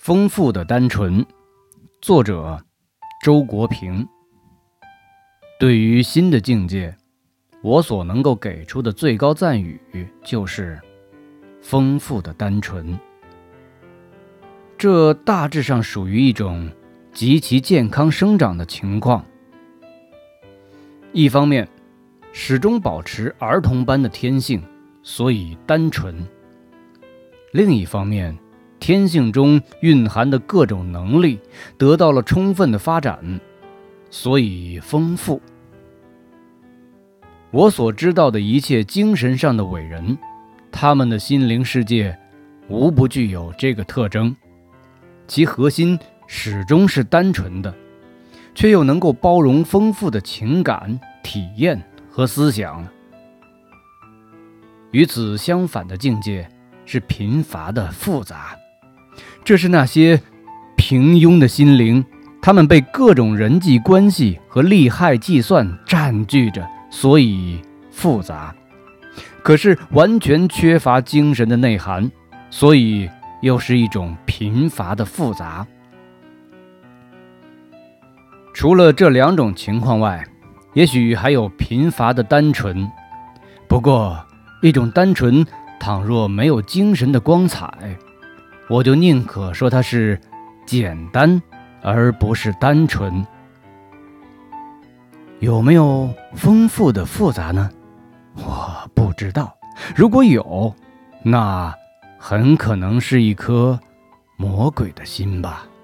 丰富的单纯，作者周国平。对于新的境界，我所能够给出的最高赞誉就是丰富的单纯。这大致上属于一种极其健康生长的情况。一方面，始终保持儿童般的天性，所以单纯；另一方面，天性中蕴含的各种能力得到了充分的发展，所以丰富。我所知道的一切精神上的伟人，他们的心灵世界无不具有这个特征，其核心始终是单纯的，却又能够包容丰富的情感、体验和思想。与此相反的境界是贫乏的复杂，这是那些平庸的心灵，他们被各种人际关系和利害计算占据着，所以复杂，可是完全缺乏精神的内涵，所以又是一种贫乏的复杂。除了这两种情况外，也许还有贫乏的单纯。不过，一种单纯倘若没有精神的光彩，我就宁可说它是简单，而不是单纯。有没有丰富的复杂呢？我不知道。如果有，那很可能是一颗魔鬼的心吧。